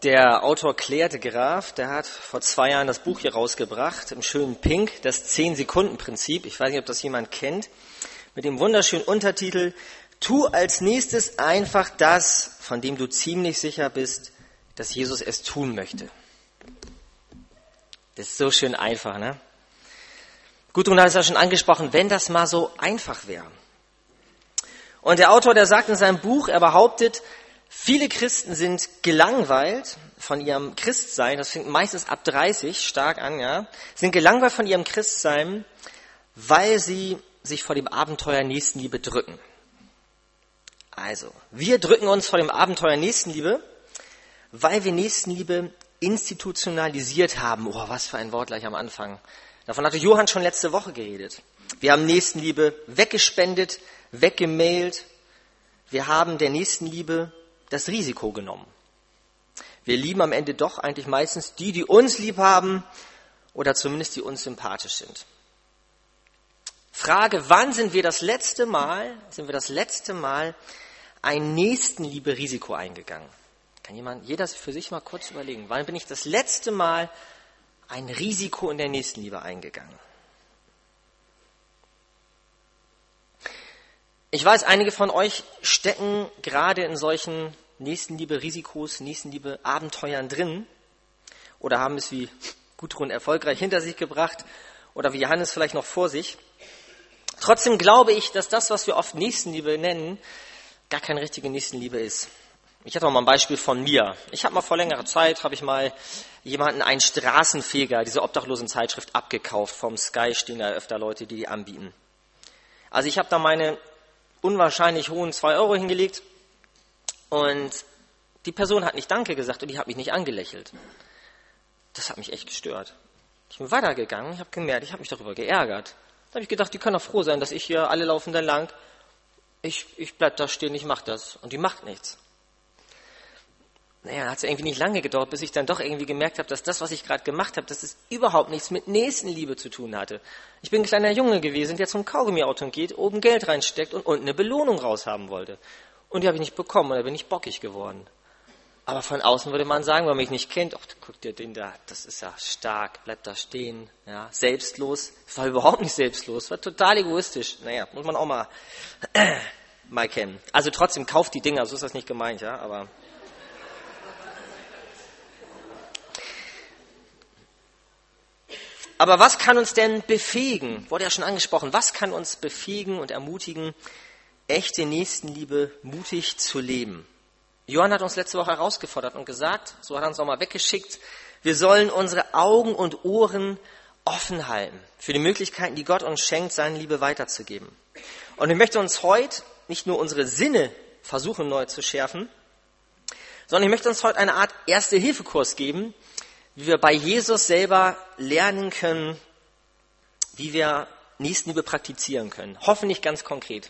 Der Autor Claire de Graaf, der hat vor 2 Jahren das Buch hier rausgebracht, im schönen Pink, das 10-Sekunden-Prinzip. Ich weiß nicht, ob das jemand kennt. Mit dem wunderschönen Untertitel, tu als nächstes einfach das, von dem du ziemlich sicher bist, dass Jesus es tun möchte. Das ist so schön einfach, ne? Gudrun hat es ja schon angesprochen, wenn das mal so einfach wäre. Und der Autor, der sagt in seinem Buch, er behauptet, viele Christen sind gelangweilt von ihrem Christsein, das fängt meistens ab 30 stark an, ja, sind gelangweilt von ihrem Christsein, weil sie sich vor dem Abenteuer Nächstenliebe drücken. Also, wir drücken uns vor dem Abenteuer Nächstenliebe, weil wir Nächstenliebe institutionalisiert haben. Oh, was für ein Wort gleich am Anfang. Davon hatte Johann schon letzte Woche geredet. Wir haben Nächstenliebe weggespendet, weggemailt. Wir haben der Nächstenliebe das Risiko genommen. Wir lieben am Ende doch eigentlich meistens die uns lieb haben oder zumindest die uns sympathisch sind. Frage, wann sind wir das letzte Mal ein Nächstenliebe-Risiko eingegangen? Kann jeder für sich mal kurz überlegen, wann bin ich das letzte Mal ein Risiko in der Nächstenliebe eingegangen? Ich weiß, einige von euch stecken gerade in solchen Nächstenliebe-Risikos, Nächstenliebe-Abenteuern drin oder haben es wie Gudrun erfolgreich hinter sich gebracht oder wie Johannes vielleicht noch vor sich. Trotzdem glaube ich, dass das, was wir oft Nächstenliebe nennen, gar keine richtige Nächstenliebe ist. Ich hatte mal ein Beispiel von mir. Ich habe mal vor längerer Zeit, jemanden einen Straßenfeger, diese Obdachlosenzeitschrift, abgekauft. Vom Sky stehen da öfter Leute, die anbieten. Also ich habe da meine unwahrscheinlich hohen 2 Euro hingelegt und die Person hat nicht Danke gesagt und die hat mich nicht angelächelt. Das hat mich echt gestört. Ich bin weitergegangen, ich habe gemerkt, ich habe mich darüber geärgert. Da habe ich gedacht, die können doch froh sein, dass ich hier, alle laufen da lang, ich bleib da stehen, ich mache das. Und die macht nichts. Naja, hat es irgendwie nicht lange gedauert, bis ich dann doch irgendwie gemerkt habe, dass das, was ich gerade gemacht habe, dass es überhaupt nichts mit Nächstenliebe zu tun hatte. Ich bin ein kleiner Junge gewesen, der zum Kaugummiauto geht, oben Geld reinsteckt und unten eine Belohnung raushaben wollte. Und die habe ich nicht bekommen und da bin ich bockig geworden. Aber von außen würde man sagen, wenn man mich nicht kennt, ach, guck dir den da, das ist ja stark, bleib da stehen, ja, selbstlos. Das war überhaupt nicht selbstlos, war total egoistisch. Naja, muss man auch mal kennen. Also trotzdem, kauft die Dinger, so ist das nicht gemeint, ja, aber... Aber was kann uns denn befähigen? Wurde ja schon angesprochen. Was kann uns befähigen und ermutigen, echte Nächstenliebe mutig zu leben? Johann hat uns letzte Woche herausgefordert und gesagt, so hat er uns auch mal weggeschickt, wir sollen unsere Augen und Ohren offen halten für die Möglichkeiten, die Gott uns schenkt, seine Liebe weiterzugeben. Und ich möchte uns heute nicht nur unsere Sinne versuchen neu zu schärfen, sondern ich möchte uns heute eine Art Erste-Hilfe-Kurs geben, wie wir bei Jesus selber lernen können, wie wir Nächstenliebe praktizieren können. Hoffentlich ganz konkret.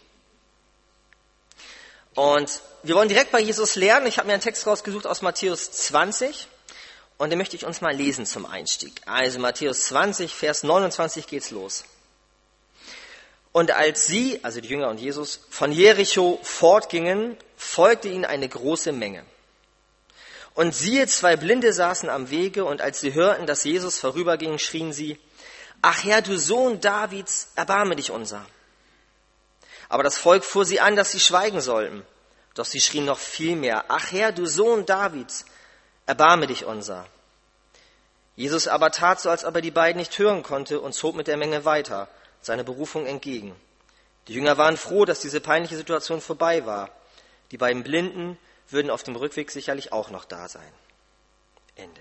Und wir wollen direkt bei Jesus lernen. Ich habe mir einen Text rausgesucht aus Matthäus 20 und den möchte ich uns mal lesen zum Einstieg. Also Matthäus 20, Vers 29 geht's los. Und als sie, also die Jünger und Jesus, von Jericho fortgingen, folgte ihnen eine große Menge. Und siehe, 2 Blinde saßen am Wege, und als sie hörten, dass Jesus vorüberging, schrien sie, ach Herr, du Sohn Davids, erbarme dich unser. Aber das Volk fuhr sie an, dass sie schweigen sollten. Doch sie schrien noch viel mehr, ach Herr, du Sohn Davids, erbarme dich unser. Jesus aber tat so, als ob er die beiden nicht hören konnte und zog mit der Menge weiter, seiner Berufung entgegen. Die Jünger waren froh, dass diese peinliche Situation vorbei war. Die beiden Blinden würden auf dem Rückweg sicherlich auch noch da sein. Ende.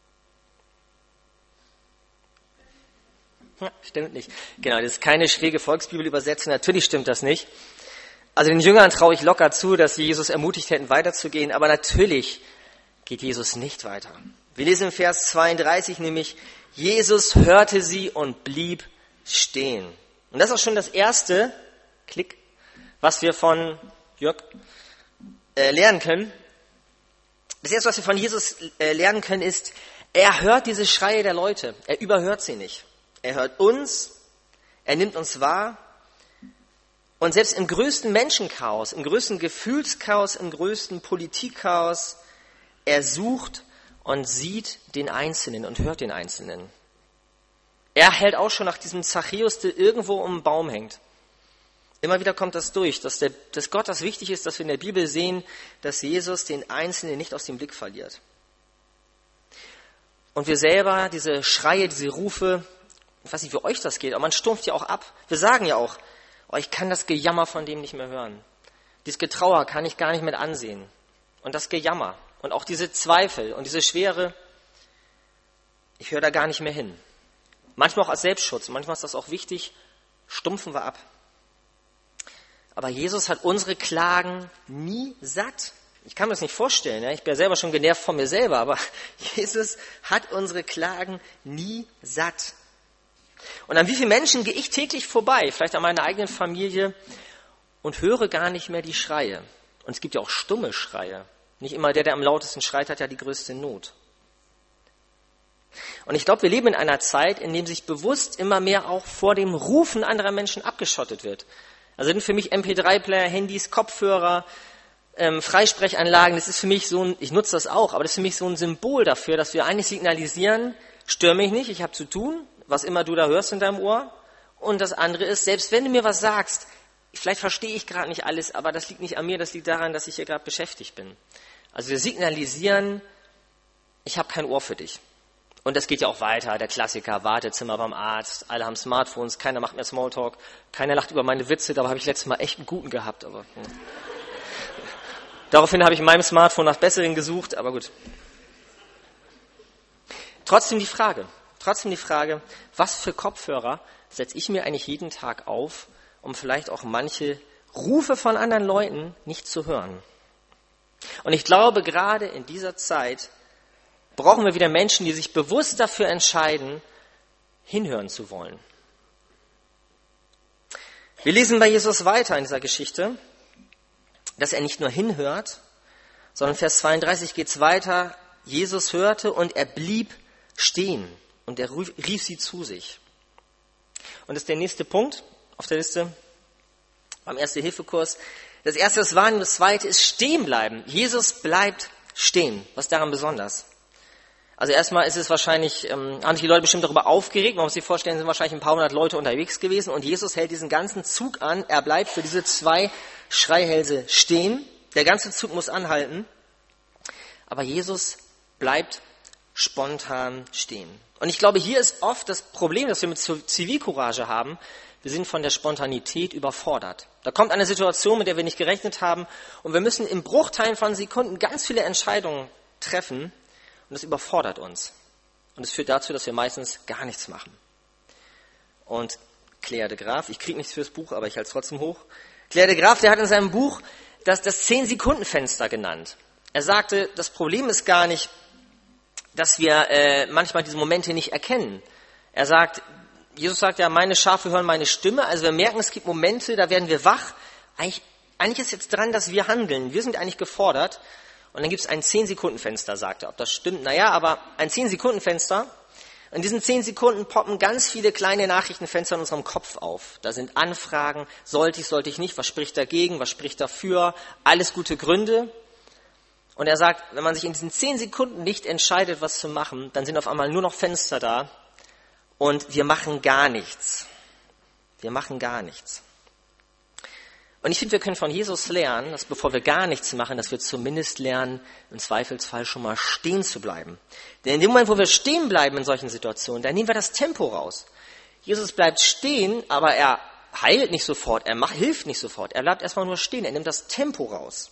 Stimmt nicht. Genau, das ist keine schräge Volksbibelübersetzung. Natürlich stimmt das nicht. Also den Jüngern traue ich locker zu, dass sie Jesus ermutigt hätten, weiterzugehen. Aber natürlich geht Jesus nicht weiter. Wir lesen im Vers 32 nämlich, Jesus hörte sie und blieb stehen. Und das ist auch schon das erste, was wir von Jörg lernen können. Das erste, was wir von Jesus lernen können, ist, er hört diese Schreie der Leute. Er überhört sie nicht. Er hört uns, er nimmt uns wahr. Und selbst im größten Menschenchaos, im größten Gefühlschaos, im größten Politikchaos, er sucht und sieht den Einzelnen und hört den Einzelnen. Er hält auch schon nach diesem Zachäus, der irgendwo um den Baum hängt. Immer wieder kommt das durch, dass Gott das wichtig ist, dass wir in der Bibel sehen, dass Jesus den Einzelnen nicht aus dem Blick verliert. Und wir selber, diese Schreie, diese Rufe, ich weiß nicht, wie euch das geht, aber man stumpft ja auch ab. Wir sagen ja auch, oh, ich kann das Gejammer von dem nicht mehr hören. Dieses Getrauer kann ich gar nicht mit ansehen. Und das Gejammer und auch diese Zweifel und diese Schwere, ich höre da gar nicht mehr hin. Manchmal auch als Selbstschutz, manchmal ist das auch wichtig, stumpfen wir ab. Aber Jesus hat unsere Klagen nie satt. Ich kann mir das nicht vorstellen, ja? Ich bin ja selber schon genervt von mir selber, aber Jesus hat unsere Klagen nie satt. Und an wie vielen Menschen gehe ich täglich vorbei, vielleicht an meiner eigenen Familie, und höre gar nicht mehr die Schreie. Und es gibt ja auch stumme Schreie. Nicht immer der am lautesten schreit, hat ja die größte Not. Und ich glaube, wir leben in einer Zeit, in der sich bewusst immer mehr auch vor dem Rufen anderer Menschen abgeschottet wird. Also sind für mich MP3-Player, Handys, Kopfhörer, Freisprechanlagen, das ist für mich so ein, ich nutze das auch, aber das ist für mich so ein Symbol dafür, dass wir eigentlich signalisieren, stör mich nicht, ich habe zu tun, was immer du da hörst in deinem Ohr. Und das andere ist, selbst wenn du mir was sagst, vielleicht verstehe ich gerade nicht alles, aber das liegt nicht an mir, das liegt daran, dass ich hier gerade beschäftigt bin. Also wir signalisieren, ich habe kein Ohr für dich. Und das geht ja auch weiter, der Klassiker, Wartezimmer beim Arzt, alle haben Smartphones, keiner macht mehr Smalltalk, keiner lacht über meine Witze, dabei habe ich letztes Mal echt einen guten gehabt. Aber daraufhin habe ich in meinem Smartphone nach besseren gesucht, aber gut. Trotzdem die Frage, was für Kopfhörer setze ich mir eigentlich jeden Tag auf, um vielleicht auch manche Rufe von anderen Leuten nicht zu hören. Und ich glaube, gerade in dieser Zeit brauchen wir wieder Menschen, die sich bewusst dafür entscheiden, hinhören zu wollen. Wir lesen bei Jesus weiter in dieser Geschichte, dass er nicht nur hinhört, sondern Vers 32 geht es weiter. Jesus hörte und er blieb stehen und er rief sie zu sich. Und das ist der nächste Punkt auf der Liste beim Erste-Hilfe-Kurs. Das erste ist Warnen, das zweite ist stehen bleiben. Jesus bleibt stehen. Was ist daran besonders? Also erstmal ist es wahrscheinlich, haben sich die Leute bestimmt darüber aufgeregt. Man muss sich vorstellen, es sind wahrscheinlich ein paar hundert Leute unterwegs gewesen und Jesus hält diesen ganzen Zug an. Er bleibt für diese 2 Schreihälse stehen. Der ganze Zug muss anhalten. Aber Jesus bleibt spontan stehen. Und ich glaube, hier ist oft das Problem, das wir mit Zivilcourage haben. Wir sind von der Spontanität überfordert. Da kommt eine Situation, mit der wir nicht gerechnet haben und wir müssen in Bruchteilen von Sekunden ganz viele Entscheidungen treffen. Und das überfordert uns. Und es führt dazu, dass wir meistens gar nichts machen. Und Claire de Graaf, ich kriege nichts fürs Buch, aber ich halte es trotzdem hoch. Claire de Graaf, der hat in seinem Buch das 10-Sekunden-Fenster genannt. Er sagte, das Problem ist gar nicht, dass wir manchmal diese Momente nicht erkennen. Er sagt, Jesus sagt ja, meine Schafe hören meine Stimme. Also wir merken, es gibt Momente, da werden wir wach. Eigentlich ist jetzt dran, dass wir handeln. Wir sind eigentlich gefordert. Und dann gibt es ein 10-Sekunden-Fenster, sagt er. Ob das stimmt? Naja, aber ein 10-Sekunden-Fenster. In diesen 10 Sekunden poppen ganz viele kleine Nachrichtenfenster in unserem Kopf auf. Da sind Anfragen, sollte ich nicht, was spricht dagegen, was spricht dafür, alles gute Gründe. Und er sagt, wenn man sich in diesen 10 Sekunden nicht entscheidet, was zu machen, dann sind auf einmal nur noch Fenster da und wir machen gar nichts. Wir machen gar nichts. Und ich finde, wir können von Jesus lernen, dass bevor wir gar nichts machen, dass wir zumindest lernen, im Zweifelsfall schon mal stehen zu bleiben. Denn in dem Moment, wo wir stehen bleiben in solchen Situationen, dann nehmen wir das Tempo raus. Jesus bleibt stehen, aber er heilt nicht sofort, er hilft nicht sofort. Er bleibt erstmal nur stehen, er nimmt das Tempo raus.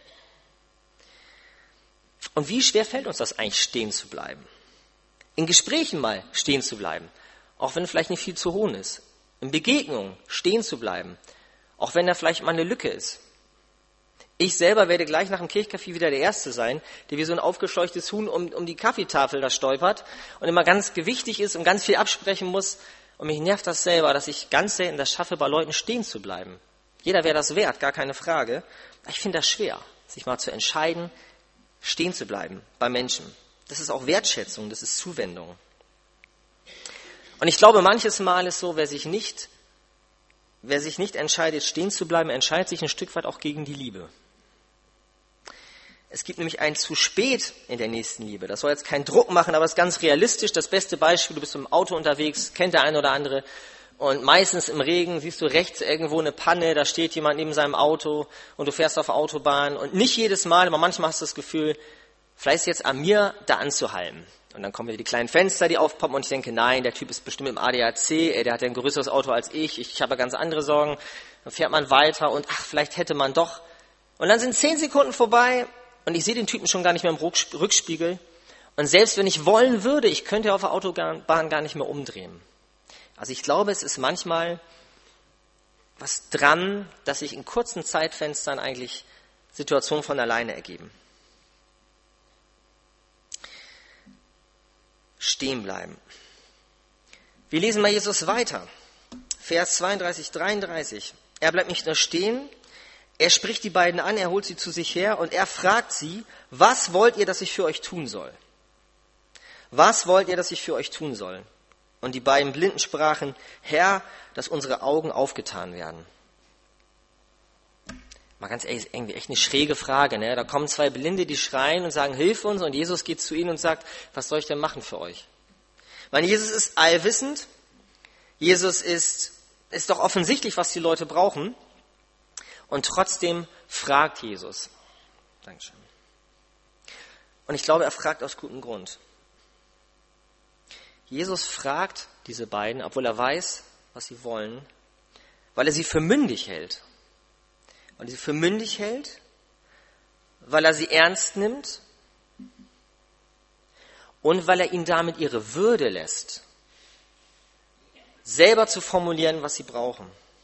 Und wie schwer fällt uns das eigentlich, stehen zu bleiben? In Gesprächen mal stehen zu bleiben, auch wenn vielleicht nicht viel zu holen ist. In Begegnungen stehen zu bleiben, auch wenn da vielleicht mal eine Lücke ist. Ich selber werde gleich nach dem Kirchkaffee wieder der Erste sein, der wie so ein aufgescheuchtes Huhn um die Kaffeetafel da stolpert und immer ganz gewichtig ist und ganz viel absprechen muss. Und mich nervt das selber, dass ich ganz selten das schaffe, bei Leuten stehen zu bleiben. Jeder wäre das wert, gar keine Frage. Aber ich finde das schwer, sich mal zu entscheiden, stehen zu bleiben bei Menschen. Das ist auch Wertschätzung, das ist Zuwendung. Und ich glaube, manches Mal ist so, wer sich nicht entscheidet, stehen zu bleiben, entscheidet sich ein Stück weit auch gegen die Liebe. Es gibt nämlich ein zu spät in der Nächstenliebe. Das soll jetzt keinen Druck machen, aber es ist ganz realistisch. Das beste Beispiel, du bist im Auto unterwegs, kennt der eine oder andere. Und meistens im Regen siehst du rechts irgendwo eine Panne, da steht jemand neben seinem Auto und du fährst auf der Autobahn. Und nicht jedes Mal, aber manchmal hast du das Gefühl, vielleicht ist jetzt an mir, da anzuhalten. Und dann kommen wieder die kleinen Fenster, die aufpoppen und ich denke, nein, der Typ ist bestimmt im ADAC, der hat ja ein größeres Auto als ich habe ganz andere Sorgen. Dann fährt man weiter und vielleicht hätte man doch. Und dann sind 10 Sekunden vorbei und ich sehe den Typen schon gar nicht mehr im Rückspiegel. Und selbst wenn ich wollen würde, ich könnte auf der Autobahn gar nicht mehr umdrehen. Also ich glaube, es ist manchmal was dran, dass sich in kurzen Zeitfenstern eigentlich Situationen von alleine ergeben. Stehen bleiben. Wir lesen mal Jesus weiter. Vers 32, 33. Er bleibt nicht nur stehen, er spricht die beiden an, er holt sie zu sich her und er fragt sie, was wollt ihr, dass ich für euch tun soll? Was wollt ihr, dass ich für euch tun soll? Und die beiden Blinden sprachen, Herr, dass unsere Augen aufgetan werden. Mal ganz ehrlich, irgendwie echt eine schräge Frage, ne? Da kommen 2 Blinde, die schreien und sagen, hilf uns, und Jesus geht zu ihnen und sagt, was soll ich denn machen für euch? Weil Jesus ist allwissend, Jesus ist doch offensichtlich, was die Leute brauchen, und trotzdem fragt Jesus. Dankeschön. Und ich glaube, er fragt aus gutem Grund. Jesus fragt diese beiden, obwohl er weiß, was sie wollen, weil er sie für mündig hält. Weil er sie für mündig hält, weil er sie ernst nimmt und weil er ihnen damit ihre Würde lässt, selber zu formulieren, was sie brauchen.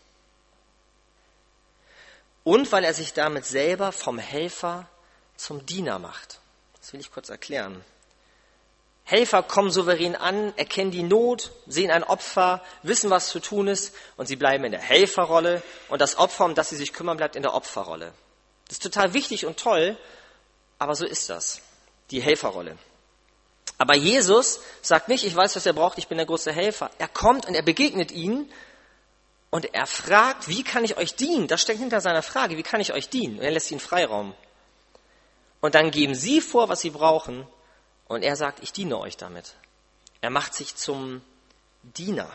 Und weil er sich damit selber vom Helfer zum Diener macht. Das will ich kurz erklären. Helfer kommen souverän an, erkennen die Not, sehen ein Opfer, wissen, was zu tun ist, und sie bleiben in der Helferrolle, und das Opfer, um das sie sich kümmern, bleibt in der Opferrolle. Das ist total wichtig und toll, aber so ist das, die Helferrolle. Aber Jesus sagt nicht, ich weiß, was er braucht, ich bin der große Helfer. Er kommt und er begegnet ihnen und er fragt, wie kann ich euch dienen? Das steckt hinter seiner Frage, wie kann ich euch dienen? Und er lässt ihnen Freiraum. Und dann geben sie vor, was sie brauchen, und er sagt, ich diene euch damit. Er macht sich zum Diener.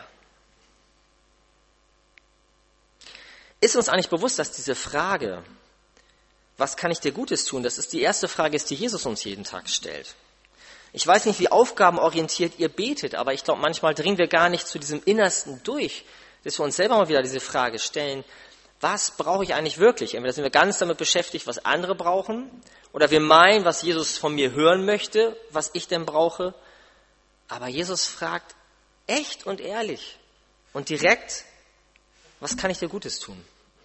Ist uns eigentlich bewusst, dass diese Frage, was kann ich dir Gutes tun, das ist die erste Frage, die Jesus uns jeden Tag stellt. Ich weiß nicht, wie aufgabenorientiert ihr betet, aber ich glaube, manchmal dringen wir gar nicht zu diesem Innersten durch, dass wir uns selber mal wieder diese Frage stellen, was brauche ich eigentlich wirklich? Entweder sind wir ganz damit beschäftigt, was andere brauchen, oder wir meinen, was Jesus von mir hören möchte, was ich denn brauche. Aber Jesus fragt echt und ehrlich und direkt, was kann ich dir Gutes tun?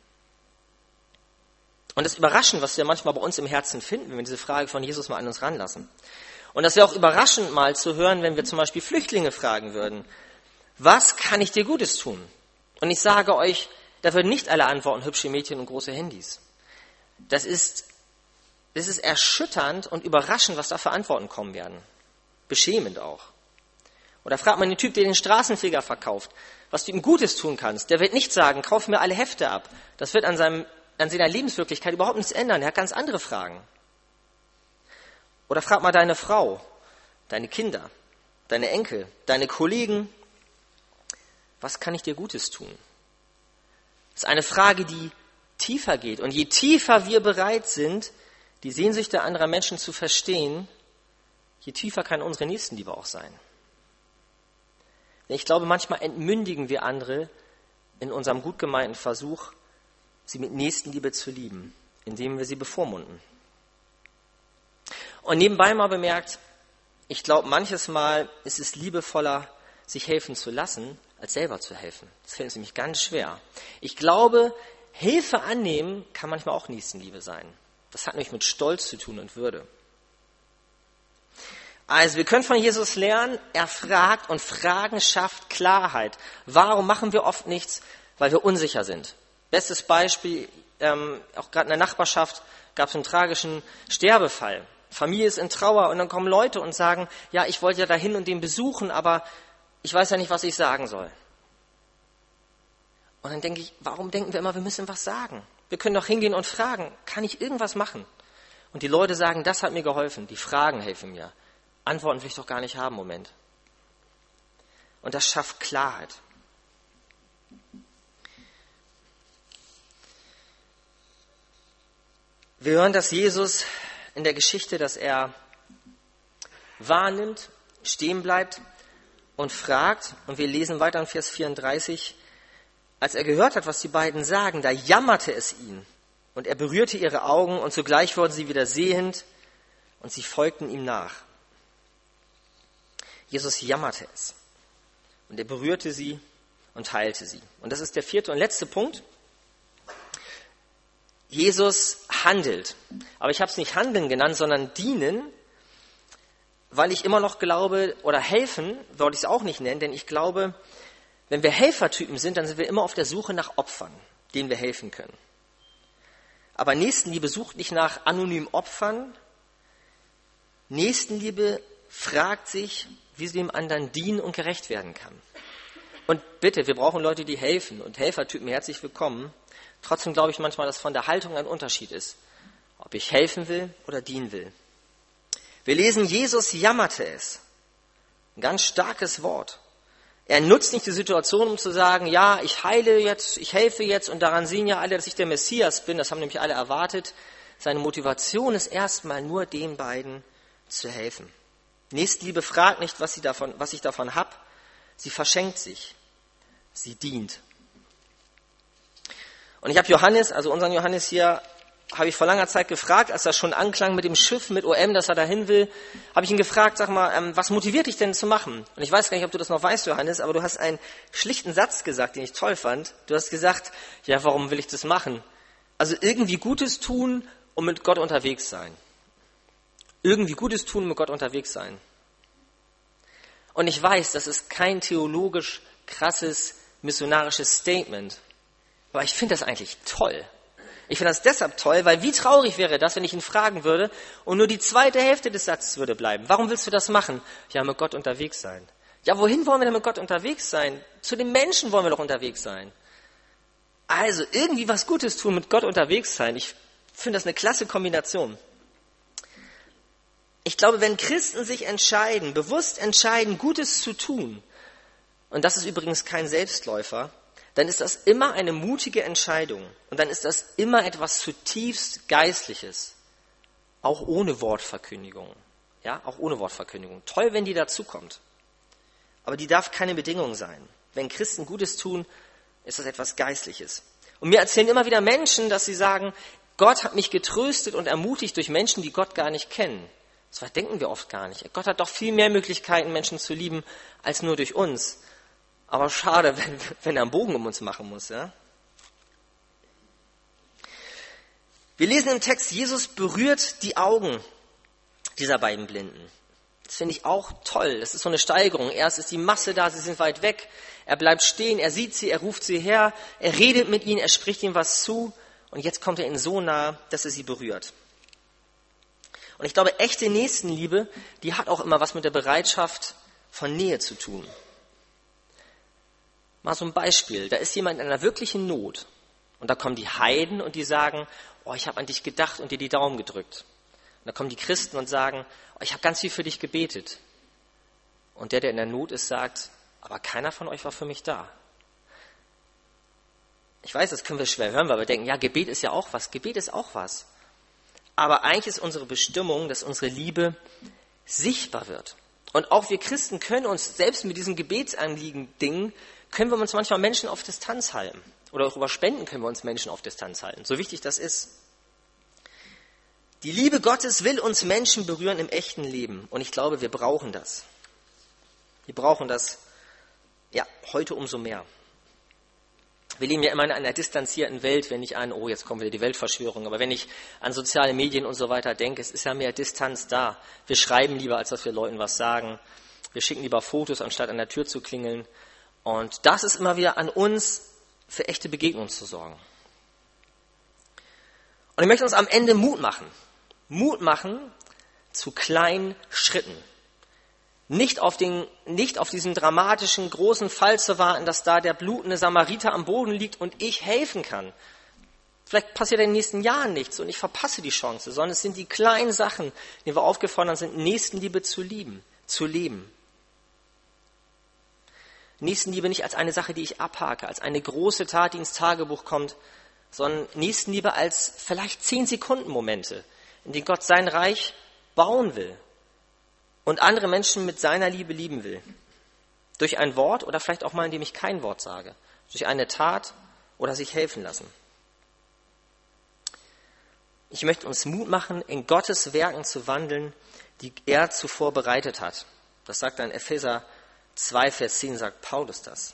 Und das ist überraschend, was wir manchmal bei uns im Herzen finden, wenn wir diese Frage von Jesus mal an uns ranlassen. Und das wäre auch überraschend mal zu hören, wenn wir zum Beispiel Flüchtlinge fragen würden, was kann ich dir Gutes tun? Und ich sage euch, da würden nicht alle antworten, hübsche Mädchen und große Handys. Das ist erschütternd und überraschend, was da für Antworten kommen werden. Beschämend auch. Oder fragt man den Typ, der den Straßenfeger verkauft, was du ihm Gutes tun kannst. Der wird nicht sagen, kauf mir alle Hefte ab. Das wird an seiner Lebenswirklichkeit überhaupt nichts ändern. Er hat ganz andere Fragen. Oder frag mal deine Frau, deine Kinder, deine Enkel, deine Kollegen, was kann ich dir Gutes tun? Das ist eine Frage, die tiefer geht. Und je tiefer wir bereit sind, die Sehnsüchte anderer Menschen zu verstehen, je tiefer kann unsere Nächstenliebe auch sein. Denn ich glaube, manchmal entmündigen wir andere in unserem gut gemeinten Versuch, sie mit Nächstenliebe zu lieben, indem wir sie bevormunden. Und nebenbei mal bemerkt, ich glaube, manches Mal ist es liebevoller, sich helfen zu lassen, als selber zu helfen. Das fällt uns nämlich ganz schwer. Ich glaube, Hilfe annehmen kann manchmal auch Nächstenliebe sein. Das hat nämlich mit Stolz zu tun und Würde. Also wir können von Jesus lernen, er fragt und Fragen schafft Klarheit. Warum machen wir oft nichts? Weil wir unsicher sind. Bestes Beispiel, auch gerade in der Nachbarschaft gab es einen tragischen Sterbefall. Familie ist in Trauer und dann kommen Leute und sagen, ja, ich wollte ja dahin und den besuchen, aber ich weiß ja nicht, was ich sagen soll. Und dann denke ich, warum denken wir immer, wir müssen was sagen? Wir können doch hingehen und fragen, kann ich irgendwas machen? Und die Leute sagen, das hat mir geholfen. Die Fragen helfen mir. Antworten will ich doch gar nicht haben im Moment. Und das schafft Klarheit. Wir hören, dass Jesus in der Geschichte, dass er wahrnimmt, stehen bleibt und fragt. Und wir lesen weiter in Vers 34. Als er gehört hat, was die beiden sagen, da jammerte es ihn. Und er berührte ihre Augen und sogleich wurden sie wieder sehend und sie folgten ihm nach. Jesus jammerte es. Und er berührte sie und heilte sie. Und das ist der vierte und letzte Punkt. Jesus handelt. Aber ich habe es nicht handeln genannt, sondern dienen, weil ich immer noch glaube, oder helfen, wollte ich es auch nicht nennen, denn ich glaube, wenn wir Helfertypen sind, dann sind wir immer auf der Suche nach Opfern, denen wir helfen können. Aber Nächstenliebe sucht nicht nach anonymen Opfern. Nächstenliebe fragt sich, wie sie dem anderen dienen und gerecht werden kann. Und bitte, wir brauchen Leute, die helfen. Und Helfertypen, herzlich willkommen. Trotzdem glaube ich manchmal, dass von der Haltung ein Unterschied ist, ob ich helfen will oder dienen will. Wir lesen, Jesus jammerte es. Ein ganz starkes Wort. Er nutzt nicht die Situation, um zu sagen, ja, ich heile jetzt, ich helfe jetzt und daran sehen ja alle, dass ich der Messias bin. Das haben nämlich alle erwartet. Seine Motivation ist erstmal nur den beiden zu helfen. Nächstenliebe fragt nicht, was ich davon habe. Sie verschenkt sich. Sie dient. Und ich habe Johannes, also unseren Johannes hier, habe ich vor langer Zeit gefragt, als das schon anklang mit dem Schiff, mit OM, dass er dahin will, habe ich ihn gefragt, sag mal, was motiviert dich denn zu machen? Und ich weiß gar nicht, ob du das noch weißt, Johannes, aber du hast einen schlichten Satz gesagt, den ich toll fand. Du hast gesagt, ja, warum will ich das machen? Also irgendwie Gutes tun und mit Gott unterwegs sein. Irgendwie Gutes tun und mit Gott unterwegs sein. Und ich weiß, das ist kein theologisch krasses, missionarisches Statement. Aber ich finde das eigentlich toll. Ich finde das deshalb toll, weil wie traurig wäre das, wenn ich ihn fragen würde und nur die zweite Hälfte des Satzes würde bleiben. Warum willst du das machen? Ja, mit Gott unterwegs sein. Ja, wohin wollen wir denn mit Gott unterwegs sein? Zu den Menschen wollen wir doch unterwegs sein. Also irgendwie was Gutes tun, mit Gott unterwegs sein. Ich finde das eine klasse Kombination. Ich glaube, wenn Christen sich entscheiden, bewusst entscheiden, Gutes zu tun, und das ist übrigens kein Selbstläufer, dann ist das immer eine mutige Entscheidung. Und dann ist das immer etwas zutiefst Geistliches. Auch ohne Wortverkündigung. Ja, auch ohne Wortverkündigung. Toll, wenn die dazukommt. Aber die darf keine Bedingung sein. Wenn Christen Gutes tun, ist das etwas Geistliches. Und mir erzählen immer wieder Menschen, dass sie sagen, Gott hat mich getröstet und ermutigt durch Menschen, die Gott gar nicht kennen. Das denken wir oft gar nicht. Gott hat doch viel mehr Möglichkeiten, Menschen zu lieben, als nur durch uns. Aber schade, wenn er einen Bogen um uns machen muss. Ja? Wir lesen im Text, Jesus berührt die Augen dieser beiden Blinden. Das finde ich auch toll. Das ist so eine Steigerung. Erst ist die Masse da, sie sind weit weg. Er bleibt stehen, er sieht sie, er ruft sie her, er redet mit ihnen, er spricht ihnen was zu. Und jetzt kommt er ihnen so nah, dass er sie berührt. Und ich glaube, echte Nächstenliebe, die hat auch immer was mit der Bereitschaft von Nähe zu tun. Mal so ein Beispiel, da ist jemand in einer wirklichen Not und da kommen die Heiden und die sagen, oh, ich habe an dich gedacht und dir die Daumen gedrückt. Und da kommen die Christen und sagen, oh, ich habe ganz viel für dich gebetet. Und der in der Not ist, sagt, aber keiner von euch war für mich da. Ich weiß, das können wir schwer hören, weil wir denken, ja, Gebet ist ja auch was. Gebet ist auch was. Aber eigentlich ist unsere Bestimmung, dass unsere Liebe sichtbar wird. Und auch wir Christen können uns, selbst mit diesem Gebetsanliegen-Ding, können wir uns manchmal Menschen auf Distanz halten. Oder auch über Spenden können wir uns Menschen auf Distanz halten. So wichtig das ist. Die Liebe Gottes will uns Menschen berühren im echten Leben. Und ich glaube, wir brauchen das. Wir brauchen das, ja, heute umso mehr. Wir leben ja immer in einer distanzierten Welt, wenn ich an, oh, jetzt kommt wieder die Weltverschwörung, aber wenn ich an soziale Medien und so weiter denke, es ist ja mehr Distanz da. Wir schreiben lieber, als dass wir Leuten was sagen. Wir schicken lieber Fotos, anstatt an der Tür zu klingeln. Und das ist immer wieder an uns, für echte Begegnungen zu sorgen. Und ich möchte uns am Ende Mut machen. Mut machen zu kleinen Schritten. Nicht auf diesen dramatischen, großen Fall zu warten, dass da der blutende Samariter am Boden liegt und ich helfen kann. Vielleicht passiert in den nächsten Jahren nichts und ich verpasse die Chance, sondern es sind die kleinen Sachen, die wir aufgefordert sind, Nächstenliebe zu lieben, zu leben. Nächstenliebe nicht als eine Sache, die ich abhake, als eine große Tat, die ins Tagebuch kommt, sondern Nächstenliebe als vielleicht 10-Sekunden-Momente, in denen Gott sein Reich bauen will und andere Menschen mit seiner Liebe lieben will. Durch ein Wort oder vielleicht auch mal, indem ich kein Wort sage. Durch eine Tat oder sich helfen lassen. Ich möchte uns Mut machen, in Gottes Werken zu wandeln, die er zuvor bereitet hat. Das sagt dann Epheser 2, Vers 10, sagt Paulus das.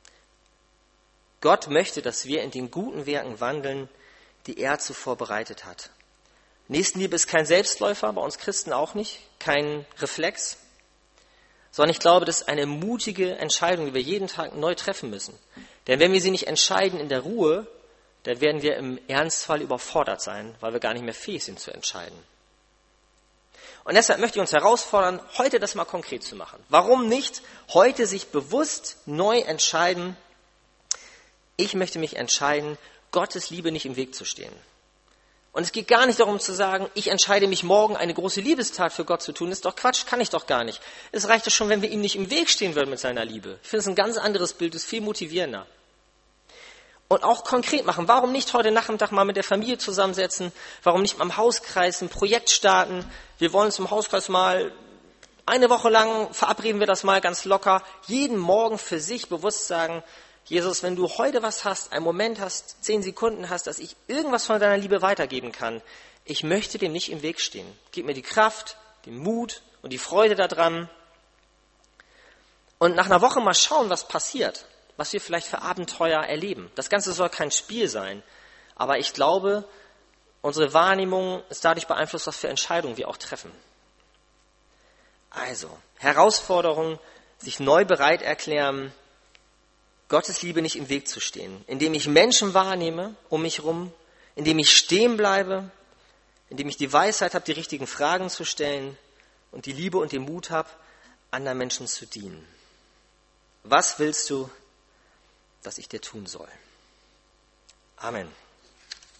Gott möchte, dass wir in den guten Werken wandeln, die er zuvor bereitet hat. Nächstenliebe ist kein Selbstläufer, bei uns Christen auch nicht, kein Reflex, sondern ich glaube, das ist eine mutige Entscheidung, die wir jeden Tag neu treffen müssen. Denn wenn wir sie nicht entscheiden in der Ruhe, dann werden wir im Ernstfall überfordert sein, weil wir gar nicht mehr fähig sind zu entscheiden. Und deshalb möchte ich uns herausfordern, heute das mal konkret zu machen. Warum nicht heute sich bewusst neu entscheiden? Ich möchte mich entscheiden, Gottes Liebe nicht im Weg zu stehen. Und es geht gar nicht darum zu sagen, ich entscheide mich morgen eine große Liebestat für Gott zu tun. Das ist doch Quatsch, kann ich doch gar nicht. Es reicht doch schon, wenn wir ihm nicht im Weg stehen würden mit seiner Liebe. Ich finde es ein ganz anderes Bild, das ist viel motivierender. Und auch konkret machen. Warum nicht heute Nachmittag mal mit der Familie zusammensetzen? Warum nicht mal im Hauskreis ein Projekt starten? Wir wollen uns im Hauskreis mal eine Woche lang, verabreden wir das mal ganz locker, jeden Morgen für sich bewusst sagen, Jesus, wenn du heute was hast, einen Moment hast, 10 Sekunden hast, dass ich irgendwas von deiner Liebe weitergeben kann, ich möchte dem nicht im Weg stehen. Gib mir die Kraft, den Mut und die Freude daran. Und nach einer Woche mal schauen, was passiert, was wir vielleicht für Abenteuer erleben. Das Ganze soll kein Spiel sein, aber ich glaube, unsere Wahrnehmung ist dadurch beeinflusst, was für Entscheidungen wir auch treffen. Also, Herausforderung, sich neu bereit erklären, Gottes Liebe nicht im Weg zu stehen, indem ich Menschen wahrnehme um mich herum, indem ich stehen bleibe, indem ich die Weisheit habe, die richtigen Fragen zu stellen und die Liebe und den Mut habe, anderen Menschen zu dienen. Was willst du, dass ich dir tun soll? Amen.